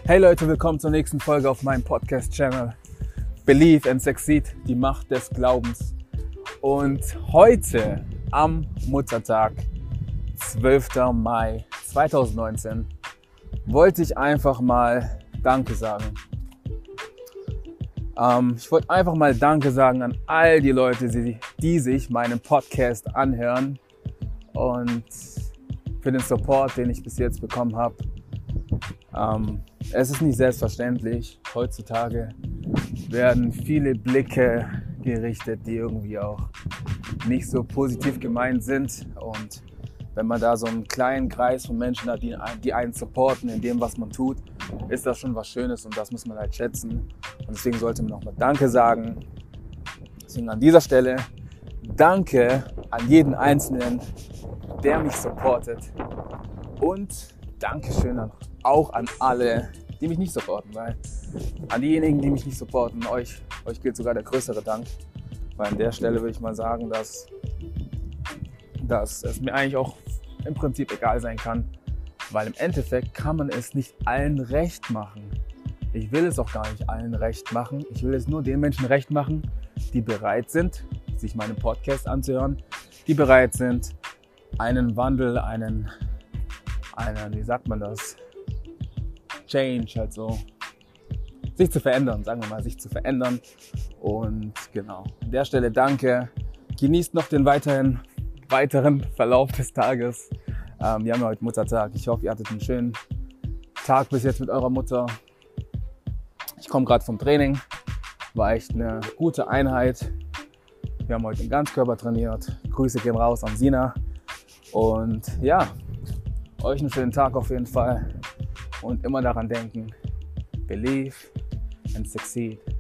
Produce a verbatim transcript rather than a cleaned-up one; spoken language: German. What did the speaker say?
Hey Leute, willkommen zur nächsten Folge auf meinem Podcast-Channel Believe and Succeed, die Macht des Glaubens. Und heute am Muttertag, zwölfter Mai zweitausendneunzehn, wollte ich einfach mal Danke sagen. Ähm, ich wollte einfach mal Danke sagen an all die Leute, die, die sich meinen Podcast anhören und für den Support, den ich bis jetzt bekommen habe. Ähm, es ist nicht selbstverständlich. Heutzutage werden viele Blicke gerichtet, die irgendwie auch nicht so positiv gemeint sind. Und wenn man da so einen kleinen Kreis von Menschen hat, die, die einen supporten in dem, was man tut, ist das schon was Schönes und das muss man halt schätzen. Und deswegen sollte man nochmal Danke sagen. Deswegen an dieser Stelle Danke an jeden Einzelnen, der mich supportet. Und Dankeschön auch an alle, die mich nicht supporten, weil an diejenigen, die mich nicht supporten, euch, euch gilt sogar der größere Dank. Weil an der Stelle würde ich mal sagen, dass, dass es mir eigentlich auch im Prinzip egal sein kann, weil im Endeffekt kann man es nicht allen recht machen. Ich will es auch gar nicht allen recht machen. Ich will es nur den Menschen recht machen, die bereit sind, sich meinen Podcast anzuhören, die bereit sind, einen Wandel, einen, einen, wie sagt man das, Change, halt so, sich zu verändern, sagen wir mal, sich zu verändern. Und genau, an der Stelle danke. Genießt noch den weiteren, weiteren Verlauf des Tages. Ähm, wir haben ja heute Muttertag. Ich hoffe, ihr hattet einen schönen Tag bis jetzt mit eurer Mutter. Ich komme gerade vom Training. War echt eine gute Einheit. Wir haben heute den Ganzkörper trainiert. Grüße gehen raus an Sina. Und ja, euch einen schönen Tag auf jeden Fall. Und immer daran denken, believe and succeed.